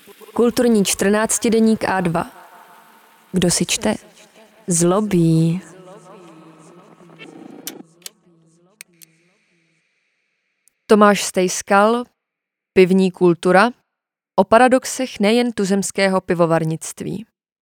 Kulturní 14denník A2. Kdo si čte? Zlobí. Tomáš Stejskal, Pivní kultura, o paradoxech nejen tuzemského pivovarnictví.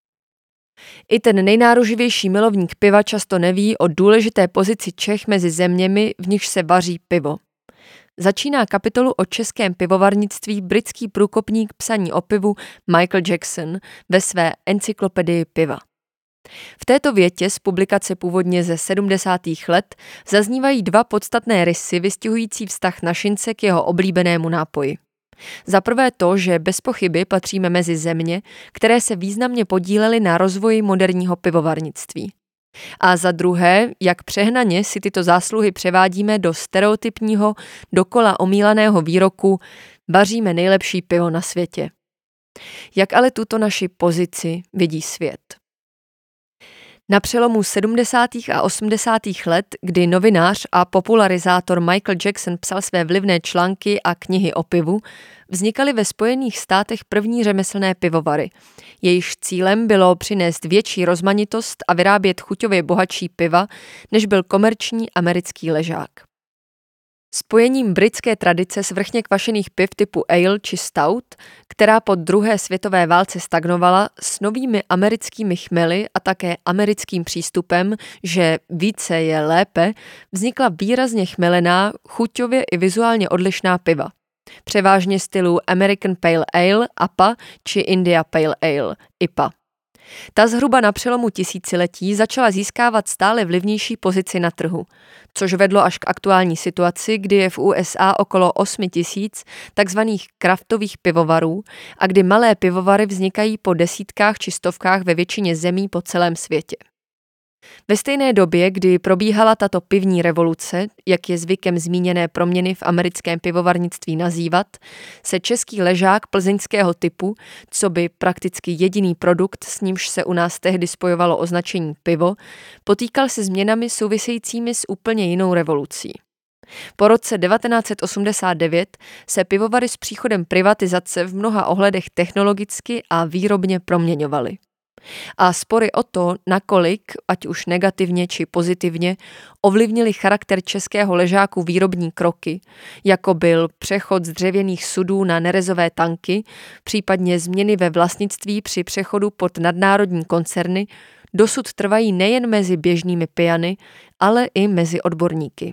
I ten nejnáruživější milovník piva často neví o důležité pozici Čech mezi zeměmi, v nichž se vaří pivo. Začíná kapitolu o českém pivovarnictví britský průkopník psaní o pivu Michael Jackson ve své encyklopedii piva. V této větě z publikace původně ze 70. let zaznívají dva podstatné rysy vystihující vztah našince k jeho oblíbenému nápoji. Za prvé to, že bez pochyby patříme mezi země, které se významně podílely na rozvoji moderního pivovarnictví. A za druhé, jak přehnaně si tyto zásluhy převádíme do stereotypního, dokola omílaného výroku vaříme nejlepší pivo na světě. Jak ale tuto naši pozici vidí svět? Na přelomu 70. a 80. let, kdy novinář a popularizátor Michael Jackson psal své vlivné články a knihy o pivu, vznikaly ve Spojených státech první řemeslné pivovary. Jejichž cílem bylo přinést větší rozmanitost a vyrábět chuťově bohatší piva, než byl komerční americký ležák. Spojením britské tradice svrchně kvašených piv typu ale či stout, která po druhé světové válce stagnovala, s novými americkými chmely a také americkým přístupem, že více je lépe, vznikla výrazně chmelená, chuťově i vizuálně odlišná piva. Převážně stylu American Pale Ale APA či India Pale Ale IPA. Ta zhruba na přelomu tisíciletí začala získávat stále vlivnější pozici na trhu, což vedlo až k aktuální situaci, kdy je v USA okolo 8 000 takzvaných kraftových pivovarů a kdy malé pivovary vznikají po desítkách či stovkách ve většině zemí po celém světě. Ve stejné době, kdy probíhala tato pivní revoluce, jak je zvykem zmíněné proměny v americkém pivovarnictví nazývat, se český ležák plzeňského typu, coby prakticky jediný produkt, s nímž se u nás tehdy spojovalo označení pivo, potýkal se změnami souvisejícími s úplně jinou revolucí. Po roce 1989 se pivovary s příchodem privatizace v mnoha ohledech technologicky a výrobně proměňovaly. A spory o to, nakolik, ať už negativně či pozitivně, ovlivnili charakter českého ležáku výrobní kroky, jako byl přechod z dřevěných sudů na nerezové tanky, případně změny ve vlastnictví při přechodu pod nadnárodní koncerny, dosud trvají nejen mezi běžnými pijany, ale i mezi odborníky.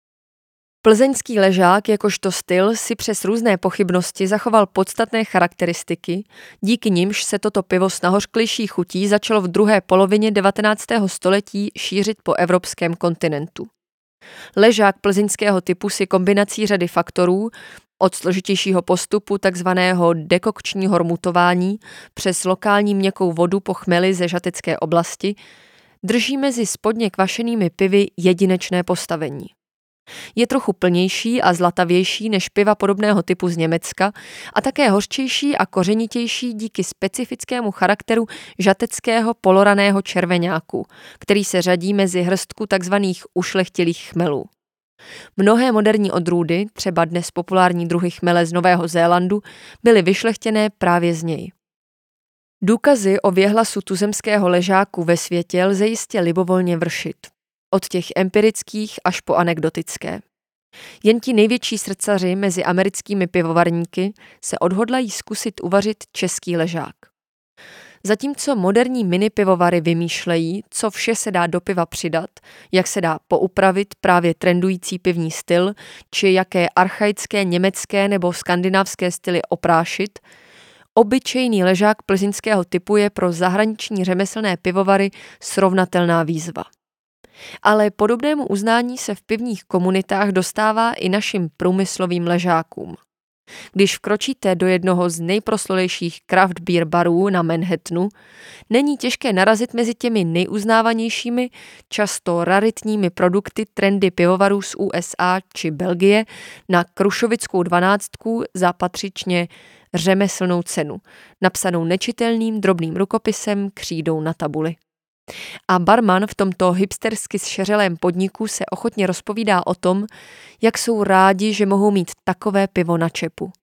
Plzeňský ležák jakožto styl si přes různé pochybnosti zachoval podstatné charakteristiky, díky nimž se toto pivo s nahořklejší chutí začalo v druhé polovině 19. století šířit po evropském kontinentu. Ležák plzeňského typu si kombinací řady faktorů, od složitějšího postupu takzvaného dekokčního rmutování přes lokální měkkou vodu po chmeli ze žatecké oblasti, drží mezi spodně kvašenými pivy jedinečné postavení. Je trochu plnější a zlatavější než piva podobného typu z Německa a také hořčejší a kořenitější díky specifickému charakteru žateckého poloraného červeňáku, který se řadí mezi hrstku tzv. Ušlechtilých chmelů. Mnohé moderní odrůdy, třeba dnes populární druhy chmele z Nového Zélandu, byly vyšlechtěné právě z něj. Důkazy o věhlasu tuzemského ležáku ve světě lze jistě libovolně vršit. Od těch empirických až po anekdotické. Jen ti největší srdcaři mezi americkými pivovarníky se odhodlají zkusit uvařit český ležák. Zatímco moderní mini pivovary vymýšlejí, co vše se dá do piva přidat, jak se dá poupravit právě trendující pivní styl, či jaké archaické německé nebo skandinávské styly oprášit, obyčejný ležák plzeňského typu je pro zahraniční řemeslné pivovary srovnatelná výzva. Ale podobnému uznání se v pivních komunitách dostává i našim průmyslovým ležákům. Když vkročíte do jednoho z nejproslulejších craft beer barů na Manhattanu, není těžké narazit mezi těmi nejuznávanějšími, často raritními produkty trendy pivovarů z USA či Belgie na krušovickou 12 za patřičně řemeslnou cenu, napsanou nečitelným drobným rukopisem křídou na tabuli. A barman v tomto hipstersky zšeřelém podniku se ochotně rozpovídá o tom, jak jsou rádi, že mohou mít takové pivo na čepu.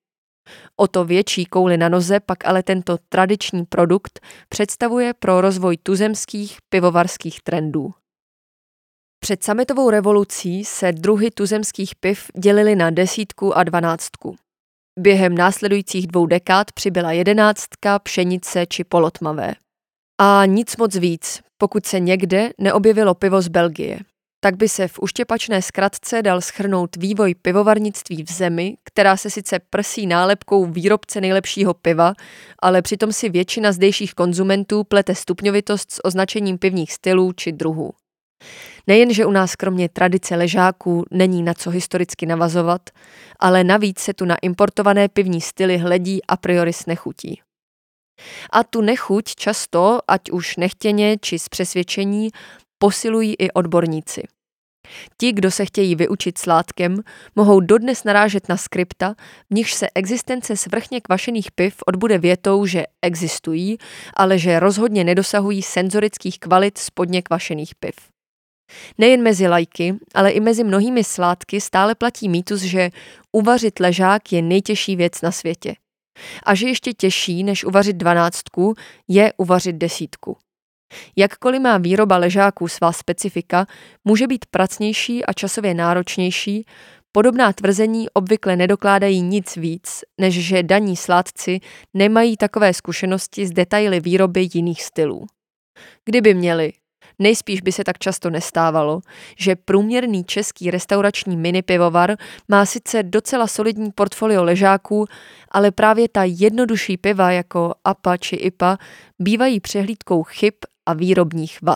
O to větší kouli na noze pak ale tento tradiční produkt představuje pro rozvoj tuzemských pivovarských trendů. Před sametovou revolucí se druhy tuzemských piv dělily na 10 a 12. Během následujících 2 dekád přibyla 11, pšenice či polotmavé. A nic moc víc, pokud se někde neobjevilo pivo z Belgie. Tak by se v uštěpačné zkratce dal shrnout vývoj pivovarnictví v zemi, která se sice prsí nálepkou výrobce nejlepšího piva, ale přitom si většina zdejších konzumentů plete stupňovitost s označením pivních stylů či druhů. Nejen, že u nás kromě tradice ležáků není na co historicky navazovat, ale navíc se tu na importované pivní styly hledí a priori s nechutí. A tu nechuť často, ať už nechtěně či z přesvědčení, posilují i odborníci. Ti, kdo se chtějí vyučit sládkem, mohou dodnes narážet na skripta, v nichž se existence svrchně kvašených piv odbude větou, že existují, ale že rozhodně nedosahují senzorických kvalit spodně kvašených piv. Nejen mezi laiky, ale i mezi mnohými sládky stále platí mýtus, že uvařit ležák je nejtěžší věc na světě. A že ještě těžší, než uvařit 12, je uvařit 10. Jakkoliv má výroba ležáků svá specifika, může být pracnější a časově náročnější, podobná tvrzení obvykle nedokládají nic víc, než že daní sládci nemají takové zkušenosti s detaily výroby jiných stylů. Kdyby měli, nejspíš by se tak často nestávalo, že průměrný český restaurační minipivovar má sice docela solidní portfolio ležáků, ale právě ta jednodušší piva jako APA či IPA bývají přehlídkou chyb a výrobních vad.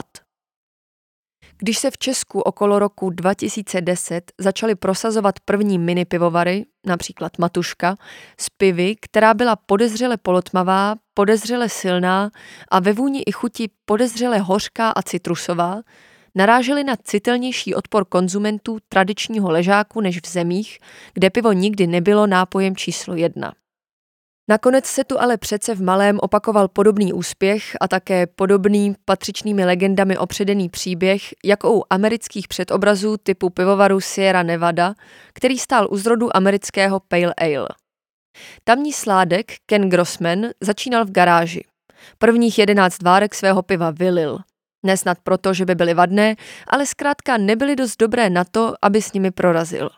Když se v Česku okolo roku 2010 začaly prosazovat první minipivovary, například Matuška, s pivy, která byla podezřele polotmavá, podezřele silná a ve vůni i chuti podezřele hořká a citrusová, narážely na citelnější odpor konzumentů tradičního ležáku než v zemích, kde pivo nikdy nebylo nápojem číslo 1. Nakonec se tu ale přece v malém opakoval podobný úspěch a také podobný patřičnými legendami opředený příběh jako u amerických předobrazů typu pivovaru Sierra Nevada, který stál u zrodu amerického Pale Ale. Tamní sládek Ken Grossman začínal v garáži. Prvních 11 várek svého piva vylil. Nesnad proto, že by byly vadné, ale zkrátka nebyly dost dobré na to, aby s nimi prorazil.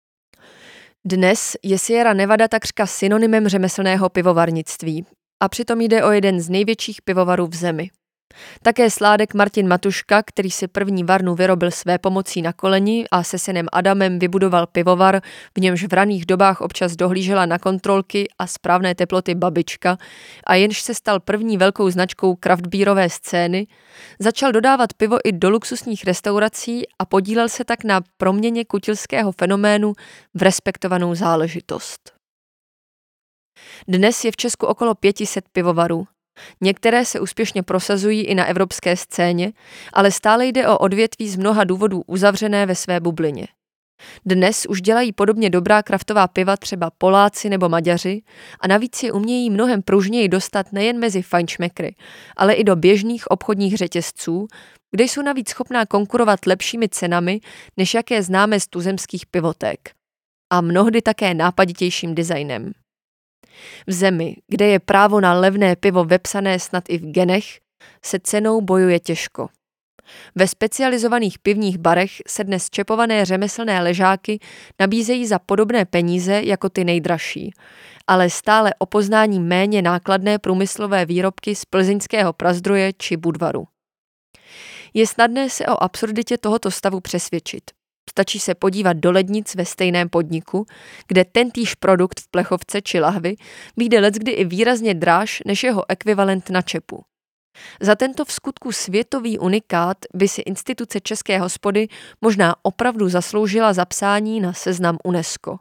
Dnes je Sierra Nevada takřka synonymem řemeslného pivovarnictví a přitom jde o jeden z největších pivovarů v zemi. Také sládek Martin Matuška, který si první varnu vyrobil své pomocí na koleni a se synem Adamem vybudoval pivovar, v němž v raných dobách občas dohlížela na kontrolky a správné teploty babička a jenž se stal první velkou značkou craftbeerové scény, začal dodávat pivo i do luxusních restaurací a podílel se tak na proměně kutilského fenoménu v respektovanou záležitost. Dnes je v Česku okolo 500 pivovarů. Některé se úspěšně prosazují i na evropské scéně, ale stále jde o odvětví z mnoha důvodů uzavřené ve své bublině. Dnes už dělají podobně dobrá kraftová piva třeba Poláci nebo Maďaři a navíc je umějí mnohem pružněji dostat nejen mezi fajnšmekry, ale i do běžných obchodních řetězců, kde jsou navíc schopná konkurovat lepšími cenami, než jaké známe z tuzemských pivoték. A mnohdy také nápaditějším designem. V zemi, kde je právo na levné pivo vepsané snad i v genech, se cenou bojuje těžko. Ve specializovaných pivních barech se dnes čepované řemeslné ležáky nabízejí za podobné peníze jako ty nejdražší, ale stále o poznání méně nákladné průmyslové výrobky z plzeňského Prazdroje či Budvaru. Je snadné se o absurditě tohoto stavu přesvědčit. Stačí se podívat do lednic ve stejném podniku, kde tentýž produkt v plechovce či lahvi vyjde leckdy i výrazně dráž než jeho ekvivalent na čepu. Za tento vskutku světový unikát by si instituce České hospody možná opravdu zasloužila zapsání na seznam UNESCO.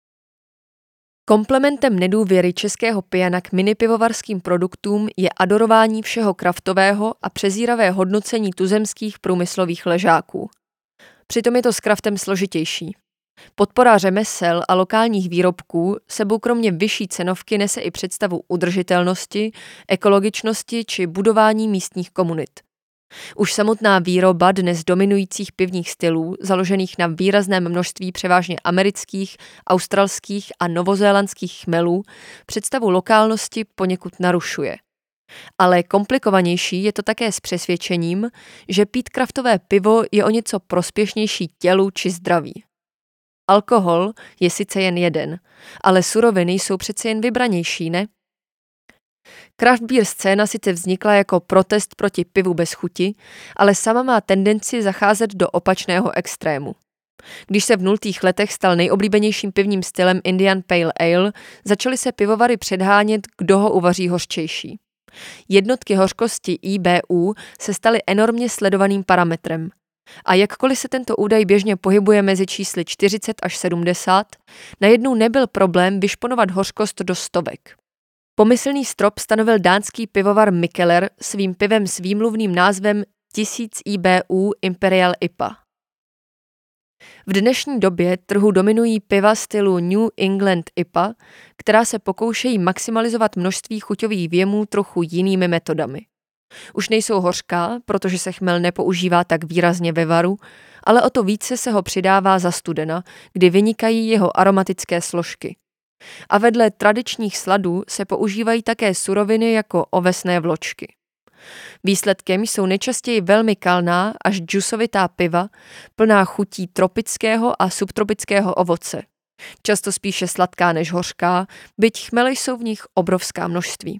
Komplementem nedůvěry českého pijana k minipivovarským produktům je adorování všeho kraftového a přezíravé hodnocení tuzemských průmyslových ležáků. Přitom je to s kraftem složitější. Podpora řemesel a lokálních výrobků sebou kromě vyšší cenovky nese i představu udržitelnosti, ekologičnosti či budování místních komunit. Už samotná výroba dnes dominujících pivních stylů, založených na výrazném množství převážně amerických, australských a novozélandských chmelů, představu lokálnosti poněkud narušuje. Ale komplikovanější je to také s přesvědčením, že pít kraftové pivo je o něco prospěšnější tělu či zdraví. Alkohol je sice jen jeden, ale suroviny jsou přece jen vybranější, ne? Craft beer scéna sice vznikla jako protest proti pivu bez chuti, ale sama má tendenci zacházet do opačného extrému. Když se v 0. letech stal nejoblíbenějším pivním stylem Indian Pale Ale, začaly se pivovary předhánět, kdo ho uvaří hořčejší. Jednotky hořkosti IBU se staly enormně sledovaným parametrem. A jakkoliv se tento údaj běžně pohybuje mezi čísly 40 až 70, najednou nebyl problém vyšponovat hořkost do stovek. Pomyslný strop stanovil dánský pivovar Mikkeller svým pivem s výmluvným názvem 1000 IBU Imperial IPA. V dnešní době trhu dominují piva stylu New England IPA, která se pokoušejí maximalizovat množství chuťových vjemů trochu jinými metodami. Už nejsou hořká, protože se chmel nepoužívá tak výrazně ve varu, ale o to více se ho přidává za studena, kdy vynikají jeho aromatické složky. A vedle tradičních sladů se používají také suroviny jako ovesné vločky. Výsledkem jsou nejčastěji velmi kalná až džusovitá piva, plná chutí tropického a subtropického ovoce. Často spíše sladká než hořká, byť chmele jsou v nich obrovská množství.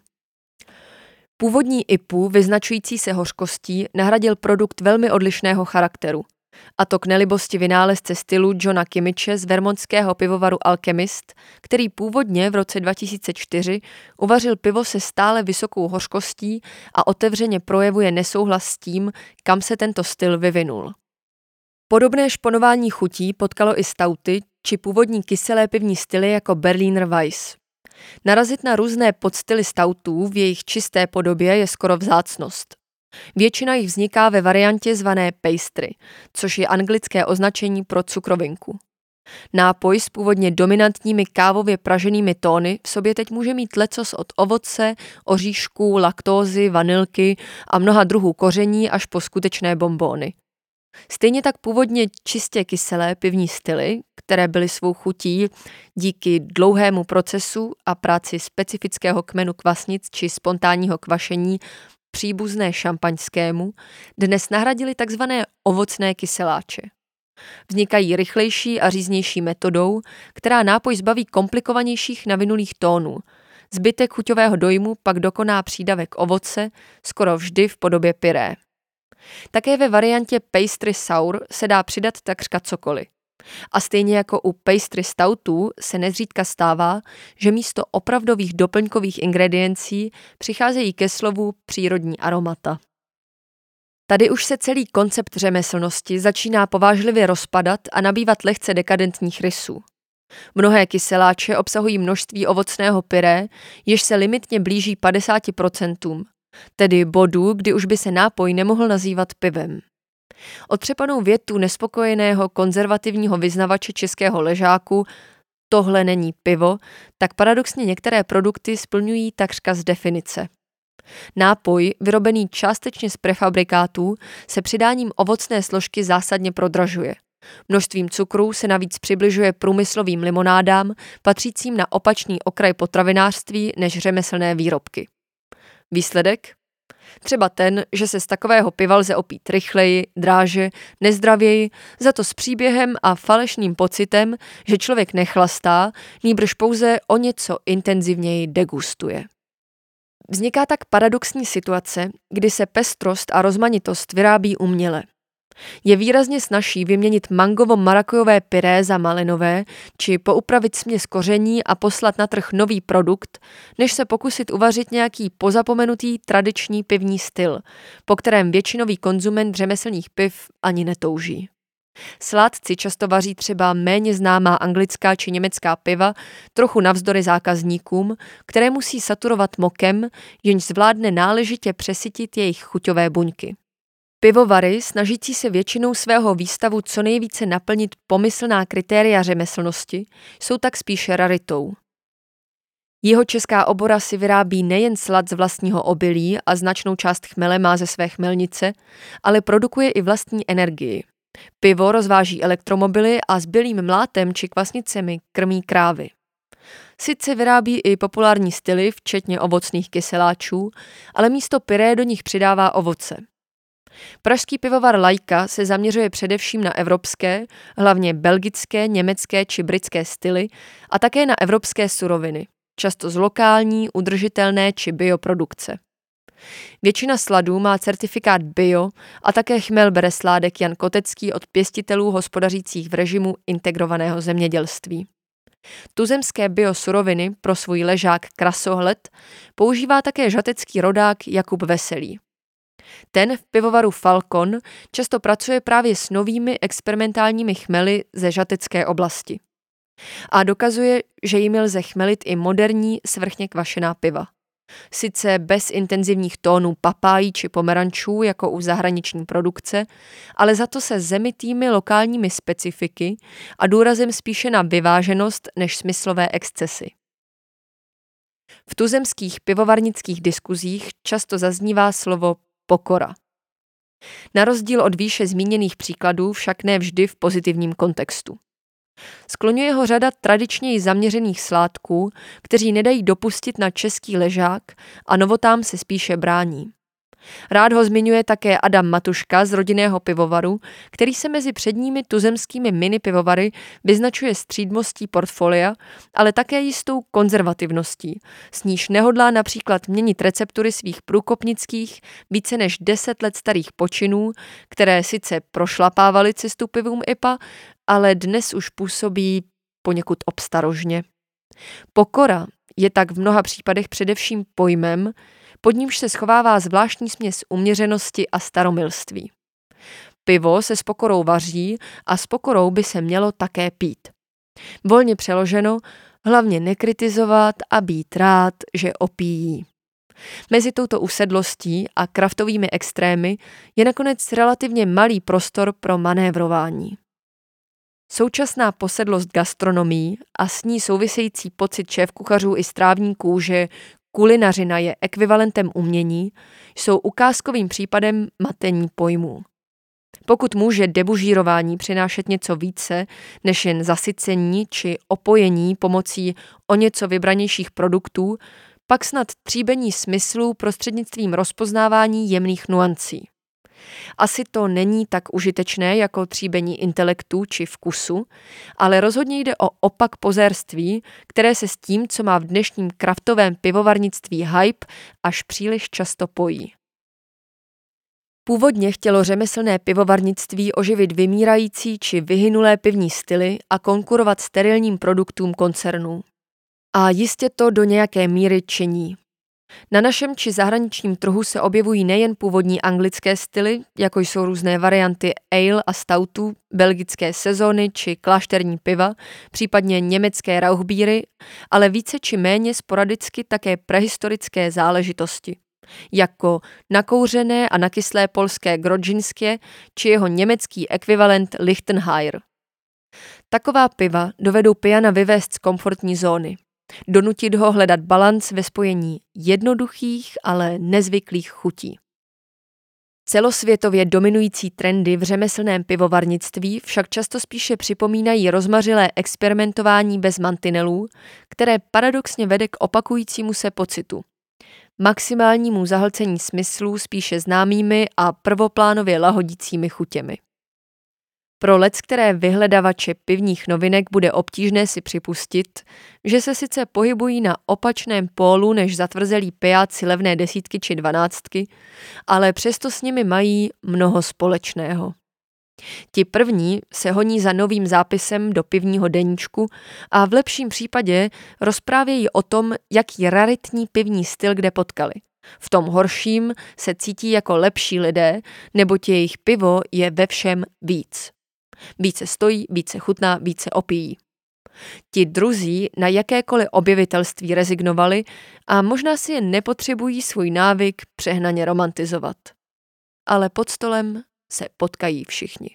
Původní IPU, vyznačující se hořkostí, nahradil produkt velmi odlišného charakteru. A to k nelibosti vynálezce stylu Johna Kimiche z vermontského pivovaru Alchemist, který původně v roce 2004 uvařil pivo se stále vysokou hořkostí a otevřeně projevuje nesouhlas s tím, kam se tento styl vyvinul. Podobné šponování chutí potkalo i stouty či původní kyselé pivní styly jako Berliner Weiss. Narazit na různé podstyly stoutů v jejich čisté podobě je skoro vzácnost. Většina jich vzniká ve variantě zvané pastry, což je anglické označení pro cukrovinku. Nápoj s původně dominantními kávově praženými tóny v sobě teď může mít lecos od ovoce, oříšků, laktózy, vanilky a mnoha druhů koření až po skutečné bonbóny. Stejně tak původně čistě kyselé pivní styly, které byly svou chutí díky dlouhému procesu a práci specifického kmenu kvasnic či spontánního kvašení příbuzné šampaňskému, dnes nahradili takzvané ovocné kyseláče. Vznikají rychlejší a říznější metodou, která nápoj zbaví komplikovanějších navinulých tónů. Zbytek chuťového dojmu pak dokoná přídavek ovoce, skoro vždy v podobě pyré. Také ve variantě pastry sour se dá přidat takřka cokoliv. A stejně jako u pastry stoutů se nezřídka stává, že místo opravdových doplňkových ingrediencí přicházejí ke slovu přírodní aromata. Tady už se celý koncept řemeslnosti začíná povážlivě rozpadat a nabývat lehce dekadentních rysů. Mnohé kyseláče obsahují množství ovocného pyré, jež se limitně blíží 50%, tedy bodu, kdy už by se nápoj nemohl nazývat pivem. Otřepanou větu nespokojeného konzervativního vyznavače českého ležáku "tohle není pivo", tak paradoxně některé produkty splňují takřka z definice. Nápoj, vyrobený částečně z prefabrikátů, se přidáním ovocné složky zásadně prodražuje. Množstvím cukru se navíc přibližuje průmyslovým limonádám, patřícím na opačný okraj potravinářství než řemeslné výrobky. Výsledek? Třeba ten, že se z takového piva lze opít rychleji, dráže, nezdravěji, za to s příběhem a falešným pocitem, že člověk nechlastá, nýbrž pouze o něco intenzivněji degustuje. Vzniká tak paradoxní situace, kdy se pestrost a rozmanitost vyrábí uměle. Je výrazně snazší vyměnit mangovo-marakujové pyré za malinové, či poupravit směs koření a poslat na trh nový produkt, než se pokusit uvařit nějaký pozapomenutý tradiční pivní styl, po kterém většinový konzument řemeslných piv ani netouží. Sládci často vaří třeba méně známá anglická či německá piva, trochu navzdory zákazníkům, které musí saturovat mokem, jenž zvládne náležitě přesytit jejich chuťové buňky. Pivovary, snažící se většinou svého výstavu co nejvíce naplnit pomyslná kritéria řemeslnosti, jsou tak spíše raritou. Jihočeská obora si vyrábí nejen slad z vlastního obilí a značnou část chmele má ze své chmelnice, ale produkuje i vlastní energii. Pivo rozváží elektromobily a s bílým mlátem či kvasnicemi krmí krávy. Sice vyrábí i populární styly, včetně ovocných kyseláčů, ale místo pyré do nich přidává ovoce. Pražský pivovar Lajka se zaměřuje především na evropské, hlavně belgické, německé či britské styly a také na evropské suroviny, často z lokální, udržitelné či bioprodukce. Většina sladů má certifikát bio a také chmel bere sládek Jan Kotecký od pěstitelů hospodařících v režimu integrovaného zemědělství. Tuzemské biosuroviny pro svůj ležák Krasohled používá také žatecký rodák Jakub Veselý. Ten v pivovaru Falcon často pracuje právě s novými experimentálními chmely ze žatecké oblasti. A dokazuje, že jimi lze chmelit i moderní, svrchně kvašená piva. Sice bez intenzivních tónů papájí či pomerančů jako u zahraniční produkce, ale za to se zemitými lokálními specifiky a důrazem spíše na vyváženost než smyslové excesy. V tuzemských pivovarnických diskuzích často zaznívá slovo pokora. Na rozdíl od výše zmíněných příkladů však ne vždy v pozitivním kontextu. Skloňuje ho řada tradičněji zaměřených sládků, kteří nedají dopustit na český ležák a novotám se spíše brání. Rád ho zmiňuje také Adam Matuška z rodinného pivovaru, který se mezi předními tuzemskými mini pivovary vyznačuje střídmostí portfolia, ale také jistou konzervativností, s níž nehodlá například měnit receptury svých průkopnických, více než 10 let starých počinů, které sice prošlapávaly cestu pivům IPA, ale dnes už působí poněkud obstarožně. Pokora je tak v mnoha případech především pojmem, pod nímž se schovává zvláštní směs uměřenosti a staromilství. Pivo se s pokorou vaří a s pokorou by se mělo také pít. Volně přeloženo, hlavně nekritizovat a být rád, že opíjí. Mezi touto usedlostí a kraftovými extrémy je nakonec relativně malý prostor pro manévrování. Současná posedlost gastronomií a s ní související pocit šéfkuchařů i strávníků, že kulinařina je ekvivalentem umění, jsou ukázkovým případem matení pojmů. Pokud může debužírování přinášet něco více než jen zasycení či opojení pomocí o něco vybranějších produktů, pak snad tříbení smyslů prostřednictvím rozpoznávání jemných nuancí. Asi to není tak užitečné jako tříbení intelektu či vkusu, ale rozhodně jde o opak pozérství, které se s tím, co má v dnešním kraftovém pivovarnictví hype, až příliš často pojí. Původně chtělo řemeslné pivovarnictví oživit vymírající či vyhynulé pivní styly a konkurovat sterilním produktům koncernů. A jistě to do nějaké míry činí. Na našem či zahraničním trhu se objevují nejen původní anglické styly, jako jsou různé varianty ale a stoutů, belgické sezóny či klášterní piva, případně německé rauchbíry, ale více či méně sporadicky také prehistorické záležitosti, jako nakouřené a nakyslé polské Grodzinskie či jeho německý ekvivalent Lichtenheir. Taková piva dovedou pijana vyvést z komfortní zóny. Donutit ho hledat balanc ve spojení jednoduchých, ale nezvyklých chutí. Celosvětově dominující trendy v řemeslném pivovarnictví však často spíše připomínají rozmařilé experimentování bez mantinelů, které paradoxně vede k opakujícímu se pocitu. Maximálnímu zahlcení smyslů spíše známými a prvoplánově lahodícími chutěmi. Pro leckteré vyhledavače pivních novinek bude obtížné si připustit, že se sice pohybují na opačném pólu než zatvrzelí pijáci levné 10 či 12, ale přesto s nimi mají mnoho společného. Ti první se honí za novým zápisem do pivního deníčku a v lepším případě rozprávějí o tom, jaký raritní pivní styl kde potkali. V tom horším se cítí jako lepší lidé, neboť jejich pivo je ve všem víc. Více stojí, více chutná, více opíjí. Ti druzí na jakékoliv objevitelství rezignovali a možná si jen nepotřebují svůj návyk přehnaně romantizovat. Ale pod stolem se potkají všichni.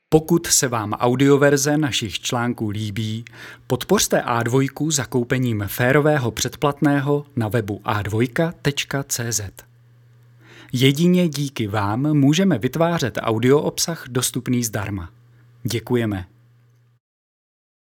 Pokud se vám audioverze našich článků líbí, podpořte A2 zakoupením férového předplatného na webu a2.cz. Jedině díky vám můžeme vytvářet audio obsah dostupný zdarma. Děkujeme.